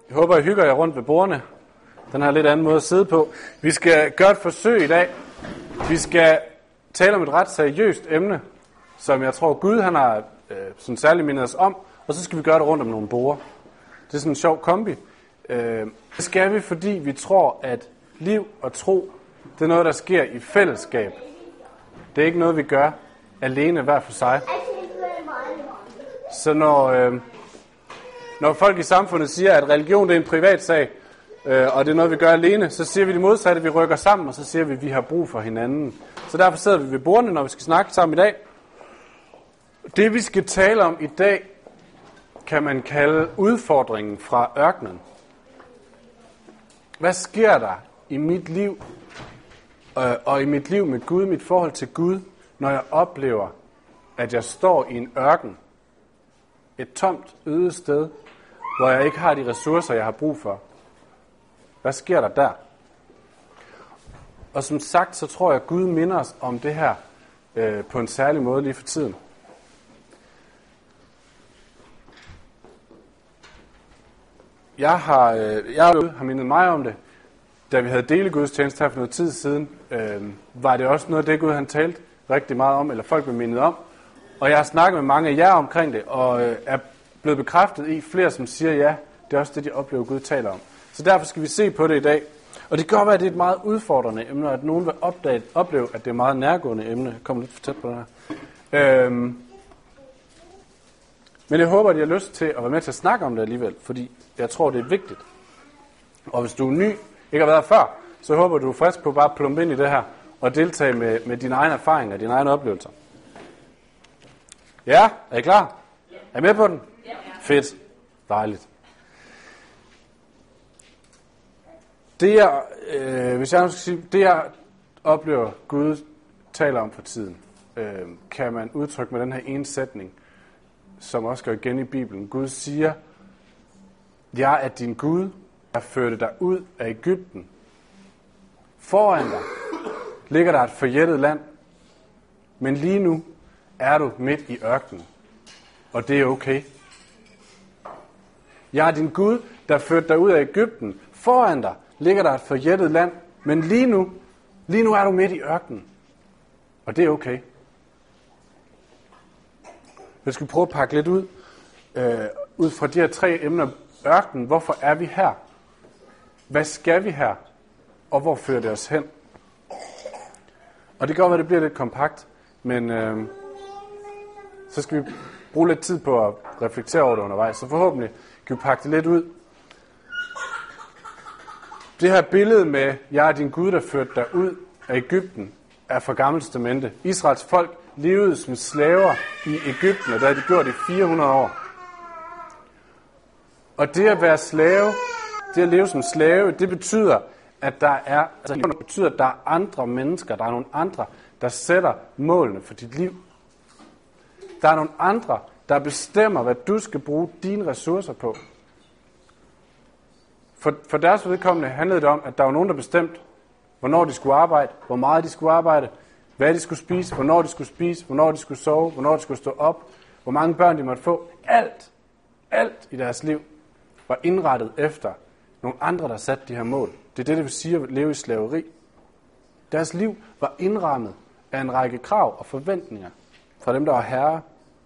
Jeg håber, I hygger jer rundt ved bordene. Den her lidt anden måde at sidde på. Vi skal gøre et forsøg i dag. Vi skal tale om et ret seriøst emne, som jeg tror Gud han har sådan særligt mindet os om. Og så skal vi gøre det rundt om nogle borde. Det er sådan en sjov kombi. Det skal vi, fordi vi tror, at liv og tro, det er noget, der sker i fællesskab. Det er ikke noget, vi gør alene hver for sig. Så når folk i samfundet siger, at religion det er en privat sag, og det er noget, vi gør alene, så siger vi det modsatte, vi rykker sammen, og så siger vi, at vi har brug for hinanden. Så derfor sidder vi ved bordene, når vi skal snakke sammen i dag. Det, vi skal tale om i dag, kan man kalde udfordringen fra ørkenen. Hvad sker der i mit liv, og i mit liv med Gud, mit forhold til Gud, når jeg oplever, at jeg står i en ørken, et tomt, øde sted, hvor jeg ikke har de ressourcer, jeg har brug for? Hvad sker der der? Og som sagt, så tror jeg, at Gud minder os om det her på en særlig måde lige for tiden. Jeg har mindet mig om det, da vi havde delegudstjeneste her for noget tid siden, var det også noget af det, Gud han talte rigtig meget om, eller folk blev mindet om. Og jeg har snakket med mange af jer omkring det, og er blevet bekræftet i flere, som siger, ja, det er også det, de oplever, Gud taler om. Så derfor skal vi se på det i dag. Og det kan godt være, at det er et meget udfordrende emne, og at nogen vil opleve, at det er et meget nærgående emne. Jeg kommer lidt for tæt på det her. Men jeg håber, at I har lyst til at være med til at snakke om det alligevel, fordi jeg tror, det er vigtigt. Og hvis du er ny, ikke har været her før, så håber du er frisk på bare at plumpe ind i det her, og deltage med dine egne erfaringer, dine egne oplevelser. Ja, er I klar? Er I med på den? Ja. Fedt. Dejligt. Det jeg oplever, Gud taler om for tiden, kan man udtrykke med den her ene sætning, som også går igen i Bibelen. Gud siger, jeg er din Gud, der førte dig ud af Egypten. Foran dig ligger der et forjættet land, men lige nu er du midt i ørkenen, og det er okay. Jeg er din Gud, der førte dig ud af Egypten. Foran dig ligger der et forjættet land, men lige nu er du midt i ørkenen, og det er okay. Jeg skal prøve at pakke lidt ud fra de her 3 emner. Ørkenen, hvorfor er vi her? Hvad skal vi her? Og hvor fører det os hen? Og det kan godt være, det bliver lidt kompakt, men så skal vi bruge lidt tid på at reflektere over det undervejs. Så forhåbentlig kan vi pakke det lidt ud. Det her billede med, jeg er din Gud, der førte dig ud af Egypten, er fra Gamle Testamente. Israels folk levede som slaver i Egypten, og der har de gjort i 400 år. Og det at være slave, det at leve som slave, det betyder, at der er andre mennesker, der er nogle andre, der sætter målene for dit liv. Der er nogle andre, der bestemmer, hvad du skal bruge dine ressourcer på. For deres vedkommende handlede det om, at der var nogen, der bestemte, hvornår de skulle arbejde, hvor meget de skulle arbejde, hvad de skulle spise, hvornår de skulle spise, hvornår de skulle sove, hvornår de skulle stå op, hvor mange børn de måtte få. Alt i deres liv var indrettet efter nogle andre, der satte de her mål. Det er det vil sige at leve i slaveri. Deres liv var indrammet af en række krav og forventninger fra dem, der var herre.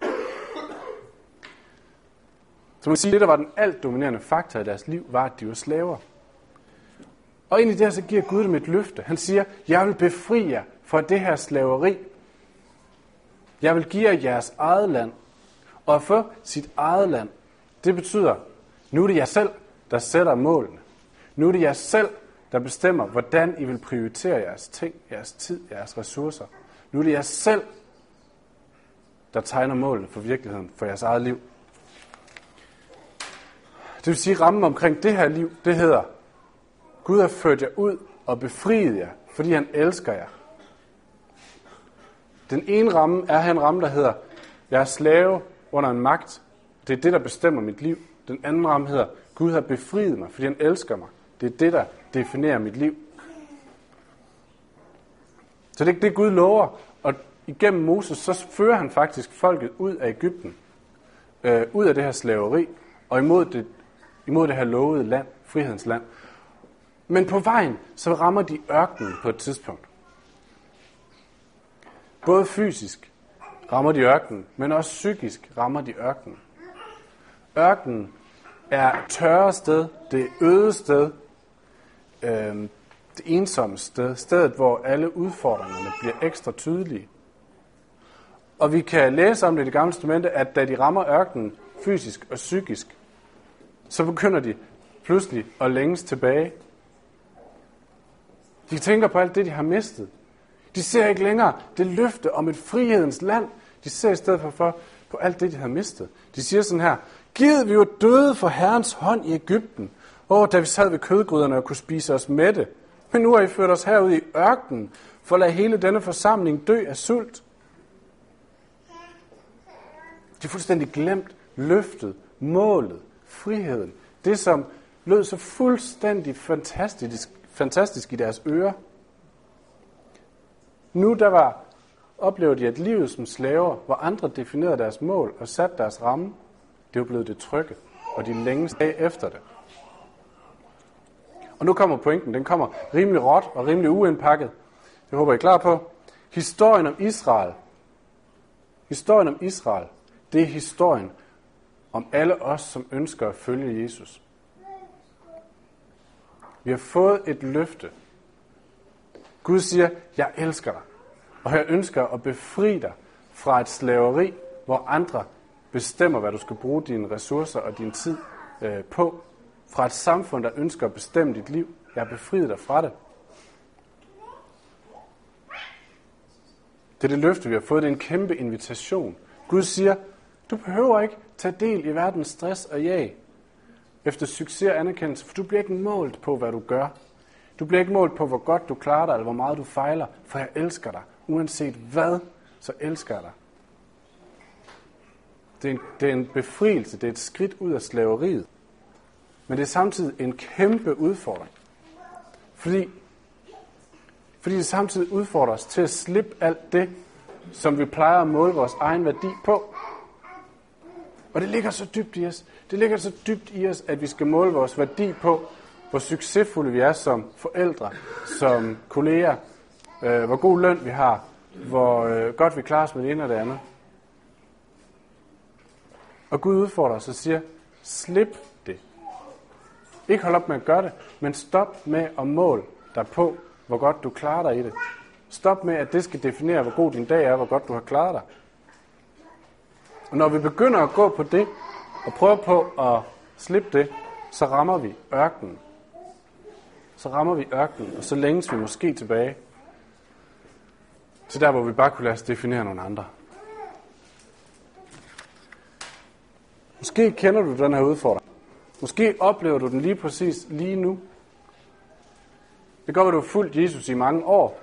Så man kan sige, at det, der var den alt dominerende faktor i deres liv, var, at de var slaver. Og ind i det her, så giver Gud dem et løfte. Han siger, jeg vil befri jer fra det her slaveri. Jeg vil give jer jeres eget land. Og at få sit eget land, det betyder, nu er det jer selv, der sætter målene. Nu er det jer selv, der bestemmer, hvordan I vil prioritere jeres ting, jeres tid, jeres ressourcer. Nu er det jer selv, der tegner målene for virkeligheden, for jeres eget liv. Det vil sige, rammen omkring det her liv, det hedder, Gud har ført jer ud og befriet jer, fordi han elsker jer. Den ene ramme er en ramme, der hedder, jeg er slave under en magt. Det er det, der bestemmer mit liv. Den anden ramme hedder, Gud har befriet mig, fordi han elsker mig. Det er det, der definerer mit liv. Så det er det, Gud lover. Og igennem Moses, så fører han faktisk folket ud af Egypten. Ud af det her slaveri. Og imod imod det her lovede land, frihedens land. Men på vejen, så rammer de ørkenen på et tidspunkt. Både fysisk rammer de ørkenen, men også psykisk rammer de ørkenen. Ørkenen er tørre sted, det øde sted, det ensomme sted, stedet hvor alle udfordringerne bliver ekstra tydelige. Og vi kan læse om det i Det Gamle Testamente, at da de rammer ørkenen fysisk og psykisk, så begynder de pludselig at længes tilbage. De tænker på alt det, de har mistet. De ser ikke længere det løfte om et frihedens land. De ser i stedet for på alt det, de har mistet. De siger sådan her: Gid vi var døde for Herrens hånd i Egypten, da vi sad ved kødgryderne og kunne spise os mætte. Men nu har I ført os herud i ørkenen, for at lade hele denne forsamling dø af sult. De har fuldstændig glemt løftet, målet, friheden. Det, som lød så fuldstændig fantastisk i deres ører. Nu oplever de, at livet som slaver, hvor andre definerede deres mål og satte deres ramme, det var blevet det trygge, og de længes af efter det. Og nu kommer pointen. Den kommer rimelig råt og rimelig uindpakket. Det håber I er klar på. Historien om Israel, det er historien om alle os, som ønsker at følge Jesus. Vi har fået et løfte. Gud siger, jeg elsker dig, og jeg ønsker at befri dig fra et slaveri, hvor andre bestemmer, hvad du skal bruge dine ressourcer og din tid på. Fra et samfund, der ønsker at bestemme dit liv. Jeg har befriet dig fra det. Det er det løfte, vi har fået. Det er en kæmpe invitation. Gud siger, du behøver ikke tage del i verdens stress og jag efter succes og anerkendelse, for du bliver ikke målt på, hvad du gør. Du bliver ikke målt på, hvor godt du klarer dig, eller hvor meget du fejler, for jeg elsker dig. Uanset hvad, så elsker jeg dig. Det er en befrielse, det er et skridt ud af slaveriet. Men det er samtidig en kæmpe udfordring. Fordi det samtidig udfordrer os til at slippe alt det, som vi plejer at måle vores egen værdi på. Og det ligger så dybt i os. Det ligger så dybt i os, at vi skal måle vores værdi på, hvor succesfulde vi er som forældre, som kolleger, hvor god løn vi har, hvor godt vi klarer os med det ene og det andet. Og Gud udfordrer os og siger, slip det. Ikke hold op med at gøre det, men stop med at måle dig på, hvor godt du klarer dig i det. Stop med, at det skal definere, hvor god din dag er, hvor godt du har klaret dig. Og når vi begynder at gå på det, og prøve på at slippe det, så rammer vi ørkenen. Og så længes vi måske tilbage til der, hvor vi bare kunne lade os definere nogle andre. Måske kender du den her udfordring. Måske oplever du den lige præcis lige nu. Det kan godt være, du har fulgt Jesus i mange år.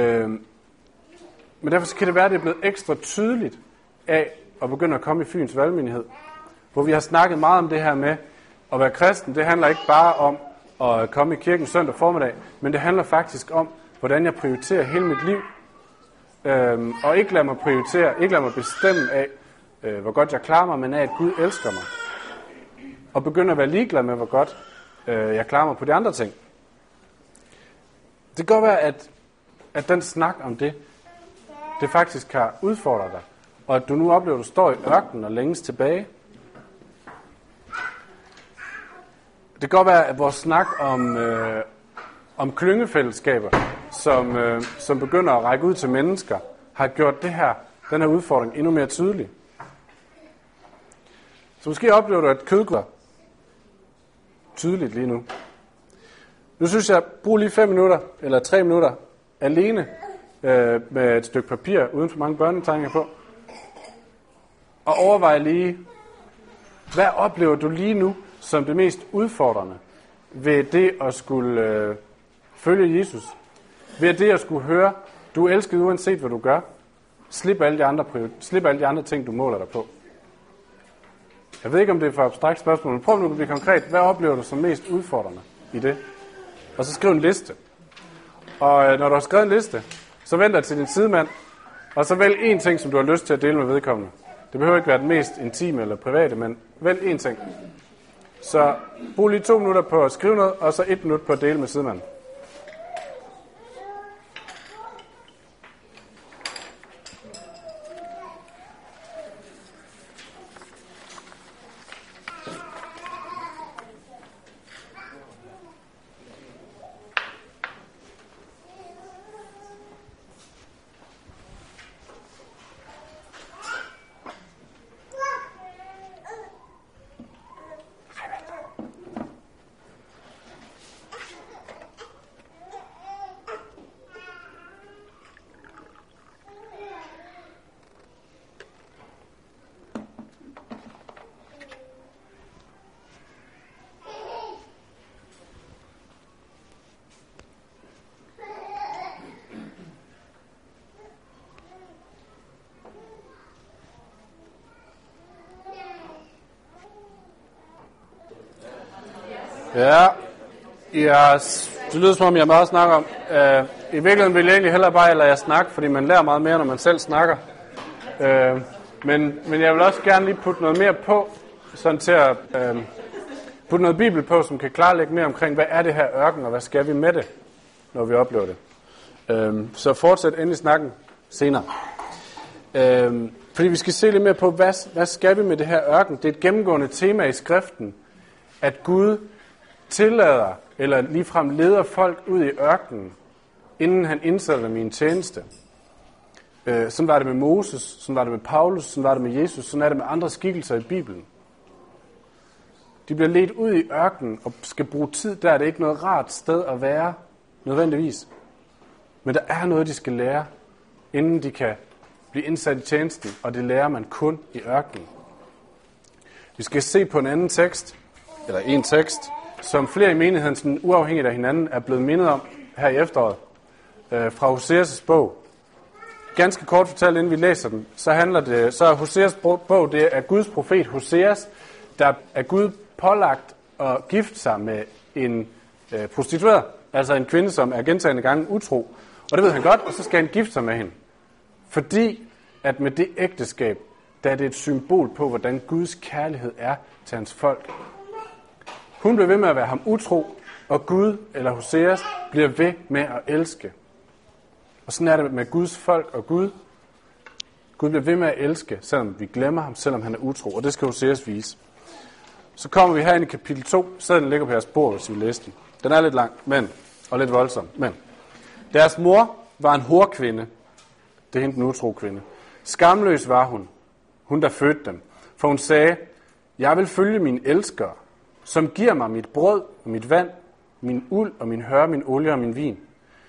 Men derfor kan det være, at det er blevet ekstra tydeligt af at begynde at komme i Fyns valgmenighed. Hvor vi har snakket meget om det her med at være kristen. Det handler ikke bare om at komme i kirken søndag formiddag, men det handler faktisk om, hvordan jeg prioriterer hele mit liv. Og ikke lade mig bestemme af, hvor godt jeg klarer mig, men af, at Gud elsker mig. Og begynde at være ligeglad med, hvor godt jeg klarer mig på de andre ting. Det kan godt være, at den snak om det faktisk kan udfordre dig. Og at du nu oplever, at du står i ørkenen og længes tilbage. Det kan godt være, at vores snak om klyngefællesskaber, som begynder at række ud til mennesker, har gjort den her udfordring endnu mere tydelig. Så måske oplever du, at kødgrydder tydeligt lige nu. Nu synes jeg, brug lige 5 minutter eller 3 minutter alene med et stykke papir uden for mange børnetegninger på. Og overvej lige, hvad oplever du lige nu som det mest udfordrende ved det at skulle følge Jesus? Ved det at skulle høre, du er elsket uanset hvad du gør. Slip alle de andre ting, du måler dig på. Jeg ved ikke, om det er for abstrakt spørgsmål, men prøv nu at blive konkret. Hvad oplever du som mest udfordrende i det? Og så skriv en liste. Og når du har skrevet en liste, så vend dig til din sidemand, og så vælg en ting, som du har lyst til at dele med vedkommende. Det behøver ikke være den mest intime eller private, men vælg en ting. Så brug lige 2 minutter på at skrive noget, og så 1 minut på at dele med sidemanden. Ja, det lyder som om, jeg meget snakker om. I virkeligheden vil jeg egentlig hellere bare lade jer snakke, fordi man lærer meget mere, når man selv snakker. Men jeg vil også gerne lige putte noget mere på, sådan til at putte noget bibel på, som kan klarlægge mere omkring, hvad er det her ørken, og hvad skal vi med det, når vi oplever det. Så fortsæt endelig snakken senere. Fordi vi skal se lidt mere på, hvad skal vi med det her ørken. Det er et gennemgående tema i skriften, at Gud tillader, eller ligefrem leder folk ud i ørkenen, inden han indsætter dem i en tjeneste. Sådan var det med Moses, sådan var det med Paulus, sådan var det med Jesus, sådan er det med andre skikkelser i Bibelen. De bliver ledt ud i ørkenen og skal bruge tid der. Det er ikke noget rart sted at være, nødvendigvis. Men der er noget, de skal lære, inden de kan blive indsat i tjenesten, og det lærer man kun i ørkenen. Vi skal se på en anden tekst, eller en tekst, som flere i menigheden, sådan uafhængigt af hinanden, er blevet mindet om her i efteråret, fra Hoseas' bog. Ganske kort fortalt, inden vi læser den, så er Hoseas bog, det er Guds profet Hoseas, der er Gud pålagt at gifte sig med en prostitueret, altså en kvinde, som er gentagne gange utro. Og det ved han godt, og så skal han gifte sig med hende. Fordi at med det ægteskab, der er det et symbol på, hvordan Guds kærlighed er til hans folk. Hun bliver ved med at være ham utro, og Gud, eller Hoseas, bliver ved med at elske. Og sådan er det med Guds folk og Gud. Gud bliver ved med at elske, selvom vi glemmer ham, selvom han er utro. Og det skal Hoseas vise. Så kommer vi her ind i kapitel 2. Så den ligger på jeres bord, hvis I vil læse den. Den er lidt lang, og lidt voldsom. Men deres mor var en horkvinde. Det er hende den utro kvinde. Skamløs var hun der fødte dem. For hun sagde, jeg vil følge mine elskere, som giver mig mit brød og mit vand, min uld og min hør, min olie og min vin.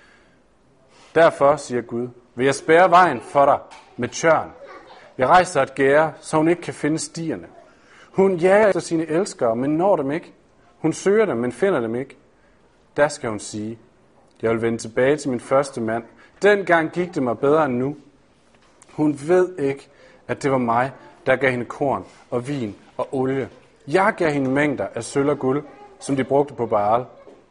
Derfor, siger Gud, vil jeg spærre vejen for dig med tjørn. Jeg rejser et gære, så hun ikke kan finde stierne. Hun jager efter sine elskere, men når dem ikke. Hun søger dem, men finder dem ikke. Der skal hun sige, jeg vil vende tilbage til min første mand. Dengang gik det mig bedre end nu. Hun ved ikke, at det var mig, der gav hende korn og vin og olie. Jeg gav hende mængder af sølv og guld, som de brugte på Baal.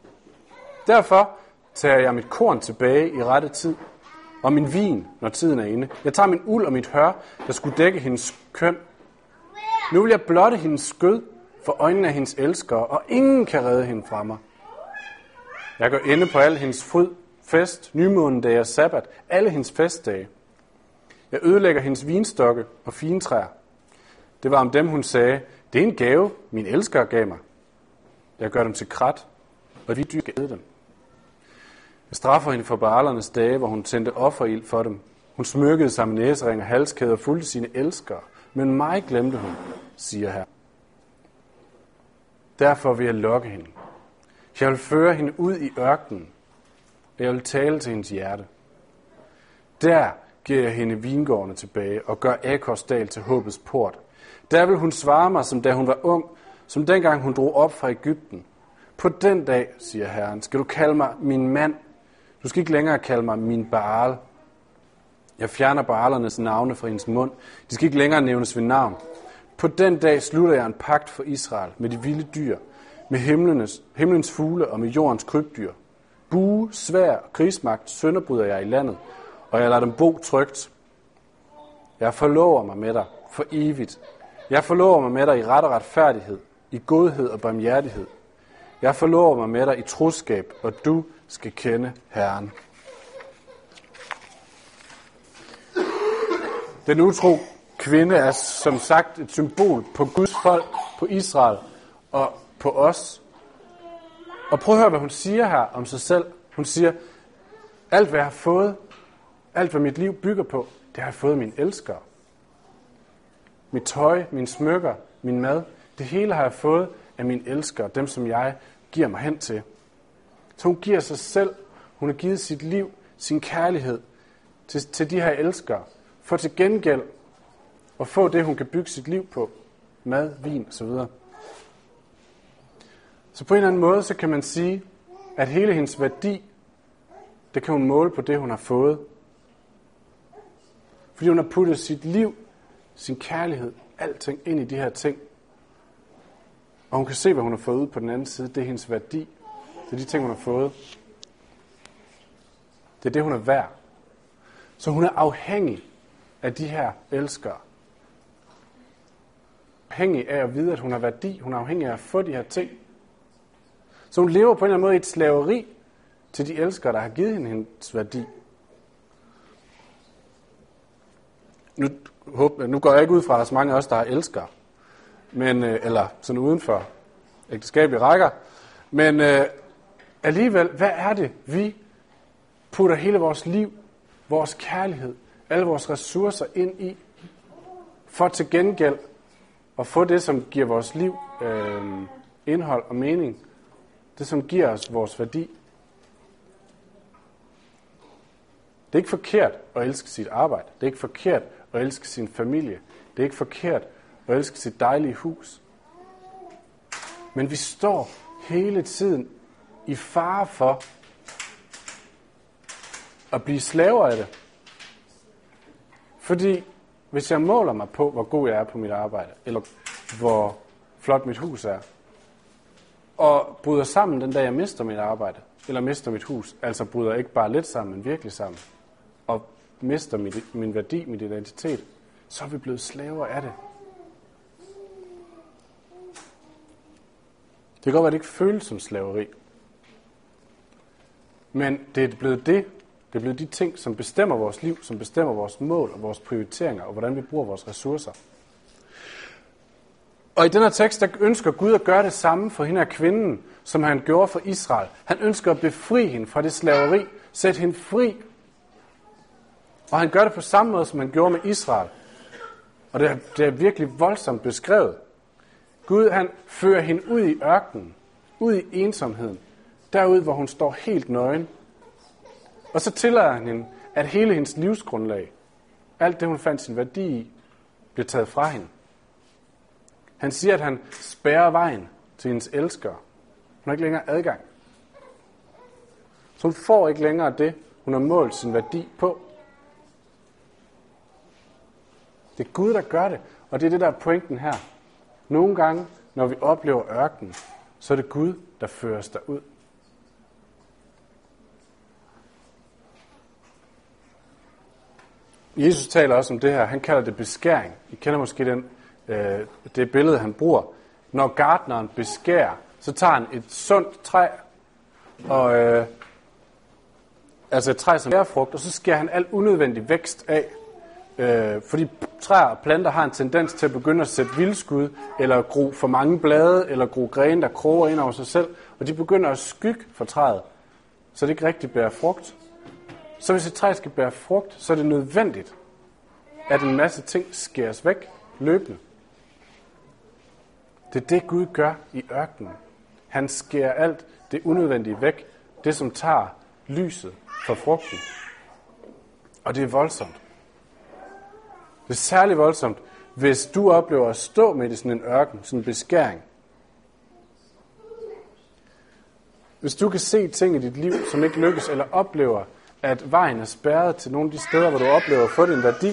Derfor tager jeg mit korn tilbage i rette tid, og min vin, når tiden er inde. Jeg tager min uld og mit hør, der skulle dække hendes køn. Nu vil jeg blotte hendes skød for øjnene af hendes elskere, og ingen kan redde hende fra mig. Jeg går inde på al hendes fryd, fest, nymånedage og sabbat, alle hendes festdage. Jeg ødelægger hendes vinstokke og fintræer. Det var om dem, hun sagde, det er en gave, min elsker gav mig. Jeg gør dem til krat, og de dyr skal æde dem. Jeg straffer hende for Baalernes dage, hvor hun tændte offerild for dem. Hun smykkede sig med næsering og halskæder og fulgte sine elskere. Men mig glemte hun, siger her. Derfor vil jeg lokke hende. Jeg vil føre hende ud i ørkenen, og jeg vil tale til hendes hjerte. Der giver jeg hende vingårdene tilbage og gør Akosdal til håbets port. Der vil hun svare mig, som da hun var ung, som dengang hun drog op fra Egypten. På den dag, siger Herren, skal du kalde mig min mand. Du skal ikke længere kalde mig min Baal. Jeg fjerner Baalernes navne fra hendes mund. De skal ikke længere nævnes ved navn. På den dag slutter jeg en pagt for Israel med de vilde dyr, med himlens fugle og med jordens krybdyr. Bue, sværd og krigsmagt sønderbryder jeg i landet, og jeg lader dem bo trygt. Jeg forlover mig med dig for evigt. Jeg forlover mig med dig i ret og retfærdighed. i godhed og barmhjertighed. Jeg forlover mig med dig i troskab, og du skal kende Herren. Den utro kvinde er som sagt et symbol på Guds folk, på Israel og på os. Og prøv at høre, hvad hun siger her om sig selv. Hun siger, alt hvad jeg har fået, alt hvad mit liv bygger på, det har jeg fået af mine elskere. Mit tøj, mine smykker, min mad, det hele har jeg fået af mine elskere, dem som jeg giver mig hen til. Så hun giver sig selv, hun har givet sit liv, sin kærlighed til de her elskere, for til gengæld at få det, hun kan bygge sit liv på. Mad, vin osv. Så på en eller anden måde, så kan man sige, at hele hendes værdi, det kan hun måle på det, hun har fået. Fordi hun har puttet sit liv, sin kærlighed, alting ind i de her ting. Og hun kan se, hvad hun har fået ud på den anden side. Det er hendes værdi. Det er de ting, hun har fået. Det er det, hun er værd. Så hun er afhængig af de her elskere. Afhængig af at vide, at hun har værdi. Hun er afhængig af at få de her ting. Så hun lever på en eller anden måde i et slaveri til de elskere, der har givet hende hendes værdi. Nu går jeg ikke ud fra, at der er så mange af os, der er elskere. Men, eller sådan uden for ægteskabelige rækker. Men alligevel, hvad er det, vi putter hele vores liv, vores kærlighed, alle vores ressourcer ind i, for til gengæld at få det, som giver vores liv indhold og mening. Det, som giver os vores værdi. Det er ikke forkert at elske sit arbejde. Det er ikke forkert at elske sin familie. Det er ikke forkert at elske sit dejlige hus. Men vi står hele tiden i fare for at blive slaver af det. Fordi hvis jeg måler mig på, hvor god jeg er på mit arbejde, eller hvor flot mit hus er, og bryder sammen den dag, jeg mister mit arbejde, eller mister mit hus, altså bryder ikke bare lidt sammen, men virkelig sammen, og mister min værdi, min identitet, så er vi blevet slaver af det. Det kan godt være, at det ikke føles som slaveri. Men det er blevet det. Det er blevet de ting, som bestemmer vores liv, som bestemmer vores mål og vores prioriteringer, og hvordan vi bruger vores ressourcer. Og i den her tekst, der ønsker Gud at gøre det samme for hende af kvinden, som han gjorde for Israel. Han ønsker at befri hende fra det slaveri, sætte hende fri. Og han gør det på samme måde, som han gjorde med Israel. Og det er virkelig voldsomt beskrevet. Gud, han fører hende ud i ørkenen, ud i ensomheden, derud, hvor hun står helt nøgen. Og så tillader han hende, at hele hendes livsgrundlag, alt det, hun fandt sin værdi i, bliver taget fra hende. Han siger, at han spærrer vejen til hendes elskere. Hun har ikke længere adgang. Så hun får ikke længere det, hun har målt sin værdi på. Det er Gud, der gør det, og det er det, der er pointen her. Nogle gange, når vi oplever ørkenen, så er det Gud, der fører os derud. Jesus taler også om det her. Han kalder det beskæring. I kender måske det billede, han bruger. Når gartneren beskærer, så tager han et sundt træ, og altså et træ som bærefrugt, og så skærer han alt unødvendig vækst af. Fordi træer og planter har en tendens til at begynde at sætte vildskud, eller gro for mange blade, eller gro grene, der kroger ind over sig selv, og de begynder at skygge for træet, så det ikke rigtig bærer frugt. Så hvis et træ skal bære frugt, så er det nødvendigt, at en masse ting skæres væk løbende. Det er det, Gud gør i ørkenen. Han skærer alt det unødvendige væk, det som tager lyset fra frugten. Og det er voldsomt. Det er særlig voldsomt, hvis du oplever at stå midt i sådan en ørken, sådan en beskæring. Hvis du kan se ting i dit liv, som ikke lykkes, eller oplever, at vejen er spærret til nogle af de steder, hvor du oplever at få din værdi,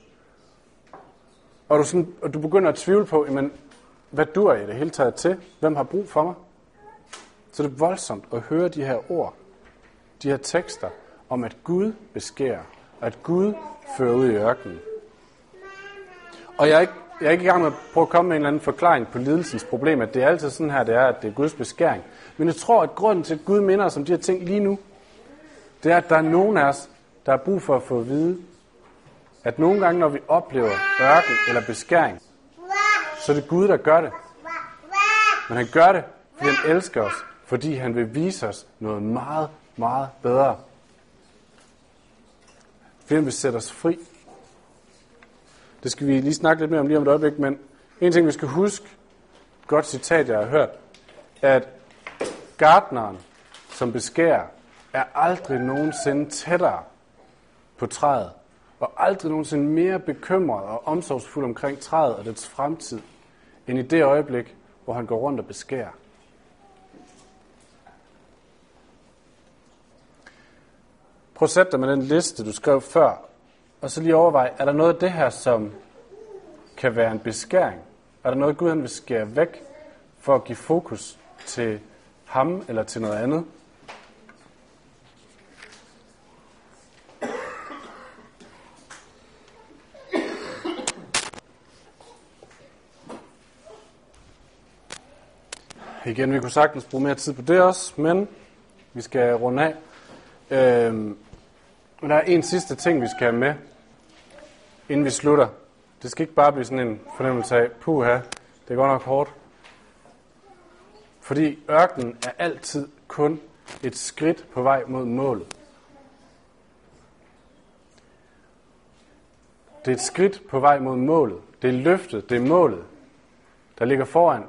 og du begynder at tvivle på, jamen, hvad dur jeg i det hele taget til? Hvem har brug for mig? Så det er voldsomt at høre de her ord, de her tekster, om at Gud beskærer, og at Gud fører ud i ørkenen. Og jeg er ikke jeg er ikke i gang med at prøve at komme med en eller anden forklaring på lidelsens problem, at det er altid sådan her, det er, at det er Guds beskæring. Men jeg tror, at grunden til, at Gud minder os om de her ting lige nu, det er, at der er nogen af os, der har brug for at få at vide, at nogle gange, når vi oplever ørken eller beskæring, så er det Gud, der gør det. Men han gør det, fordi han elsker os, fordi han vil vise os noget meget, meget bedre. Fordi han vil sætte os fri. Det skal vi lige snakke lidt mere om lige om et øjeblik, men en ting, vi skal huske, godt citat, jeg har hørt, at gartneren, som beskærer, er aldrig nogensinde tættere på træet, og aldrig nogensinde mere bekymret og omsorgsfuld omkring træet og dets fremtid, end i det øjeblik, hvor han går rundt og beskærer. Prøv at sætte dig med den liste, du skrev før, og så lige overvej, er der noget af det her, som kan være en beskæring? Er der noget, Gud han vil skære væk, for at give fokus til ham eller til noget andet? Igen, vi kunne sagtens bruge mere tid på det også, men vi skal runde af. Men der er en sidste ting, vi skal have med, inden vi slutter. Det skal ikke bare blive sådan en fornemmelse af, puha, det går nok hårdt. Fordi ørkenen er altid kun et skridt på vej mod målet. Det er et skridt på vej mod målet. Det er løftet, det er målet, der ligger foran.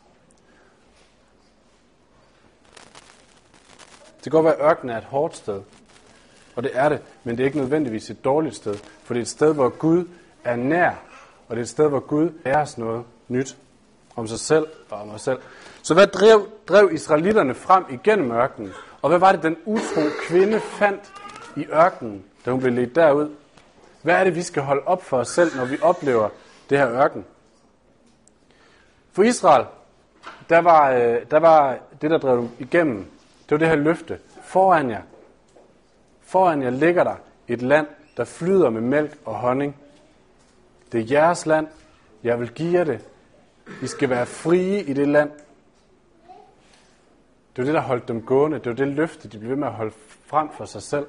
Det kan godt være, at ørkenen er et hårdt sted. Og det er det, men det er ikke nødvendigvis et dårligt sted. For det er et sted, hvor Gud er nær. Og det er et sted, hvor Gud lærer os noget nyt om sig selv og om os selv. Så hvad drev israelitterne frem igennem ørkenen? Og hvad var det, den utro kvinde fandt i ørkenen, da hun blev ledt derud? Hvad er det, vi skal holde op for os selv, når vi oplever det her ørken? For Israel, der var det, der drev dem igennem, det var det her løfte. Foran jer ligger der et land, der flyder med mælk og honning. Det er jeres land. Jeg vil give jer det. I skal være frie i det land. Det var det, der holdt dem gående. Det var det løfte, de blev ved med at holde frem for sig selv.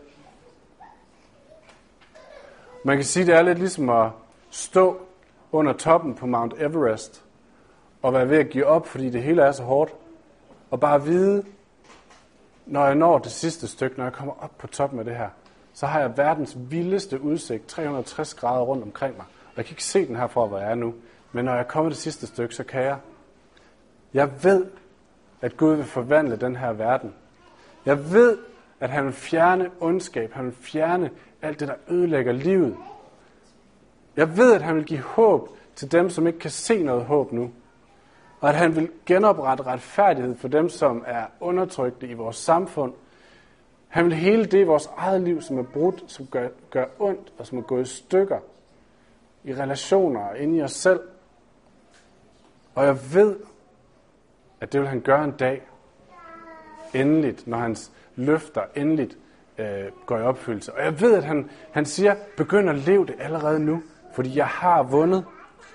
Man kan sige, at det er lidt ligesom at stå under toppen på Mount Everest og være ved at give op, fordi det hele er så hårdt. Og bare vide, når jeg når det sidste stykke, når jeg kommer op på toppen af det her, så har jeg verdens vildeste udsigt, 360 grader rundt omkring mig. Og jeg kan ikke se den herfra, hvor jeg er nu. Men når jeg kommer det sidste stykke, så kan jeg. Jeg ved, at Gud vil forvandle den her verden. Jeg ved, at han vil fjerne ondskab. Han vil fjerne alt det, der ødelægger livet. Jeg ved, at han vil give håb til dem, som ikke kan se noget håb nu. Og at han vil genoprette retfærdighed for dem, som er undertrykte i vores samfund. Han vil hele det i vores eget liv, som er brudt, som gør ondt og som er gået i stykker. I relationer og inde i os selv. Og jeg ved, at det vil han gøre en dag. Endeligt, når hans løfter endeligt går i opfyldelse. Og jeg ved, at han siger, begynd at leve det allerede nu, fordi jeg har vundet.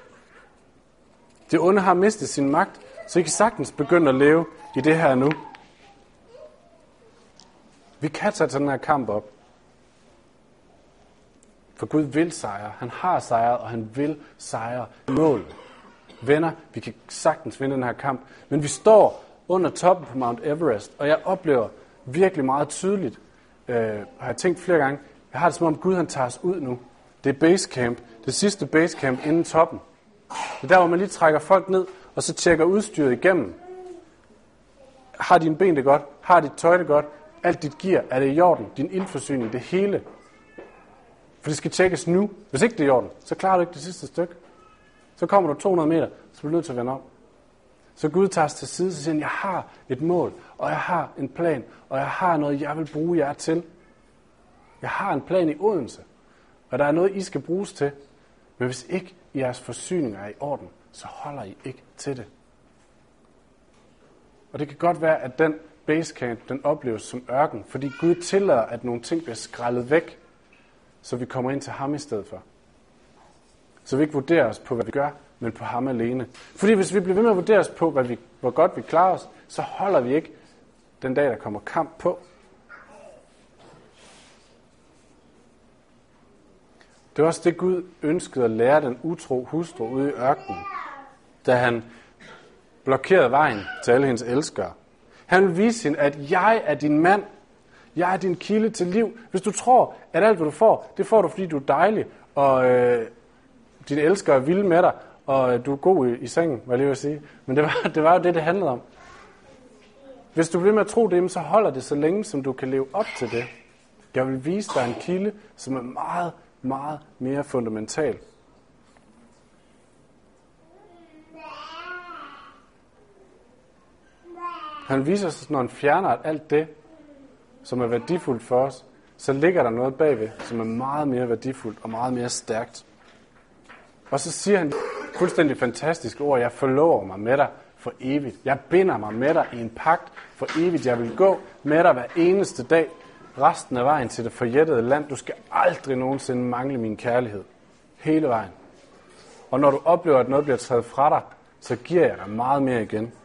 Det onde har mistet sin magt, så I kan sagtens begynde at leve i det her nu. Vi kan tage den her kamp op. For Gud vil sejre. Han har sejret, og han vil sejre målet. Venner, vi kan sagtens vinde den her kamp. Men vi står under toppen på Mount Everest, og jeg oplever virkelig meget tydeligt, har jeg tænkt flere gange, jeg har det som om Gud han tager os ud nu. Det er basecamp, det sidste basecamp inden toppen. Det er der, hvor man lige trækker folk ned, og så tjekker udstyret igennem. Har dine ben det godt? Har dit tøj det godt? Alt dit gear, er det i orden? Din ildforsyning, det hele. For det skal tjekkes nu. Hvis ikke det er i orden, så klarer du ikke det sidste stykke. Så kommer du 200 meter, så bliver du nødt til at vende om. Så Gud tager os til side, så siger han, jeg har et mål, og jeg har en plan, og jeg har noget, jeg vil bruge jer til. Jeg har en plan i Odense, og der er noget, I skal bruges til. Men hvis ikke jeres forsyninger er i orden, så holder I ikke til det. Og det kan godt være, at den basecamp, den opleves som ørken, fordi Gud tillader, at nogle ting bliver skrællet væk, så vi kommer ind til ham i stedet for. Så vi ikke vurderer os på, hvad vi gør, men på ham alene. Fordi hvis vi bliver ved med at vurdere os på, hvor godt vi klarer os, så holder vi ikke den dag, der kommer kamp på. Det var også det, Gud ønskede at lære den utro hustru ude i ørkenen, da han blokerede vejen til alle hendes elskere. Han vil vise hende, at jeg er din mand. Jeg er din kilde til liv. Hvis du tror, at alt, hvad du får, det får du, fordi du er dejlig, og dine elskere er vilde med dig, og du er god i sengen, hvad jeg lige vil sige. Men det var jo det handlede om. Hvis du bliver med at tro det, så holder det så længe, som du kan leve op til det. Jeg vil vise dig en kilde, som er meget, meget mere fundamental. Han viser os, når han fjerner alt det, som er værdifuldt for os, så ligger der noget bagved, som er meget mere værdifuldt og meget mere stærkt. Og så siger han fuldstændig fantastiske ord: jeg forlover mig med dig for evigt. Jeg binder mig med dig i en pagt for evigt. Jeg vil gå med dig hver eneste dag, resten af vejen til det forjættede land. Du skal aldrig nogensinde mangle min kærlighed. Hele vejen. Og når du oplever, at noget bliver taget fra dig, så giver jeg dig meget mere igen.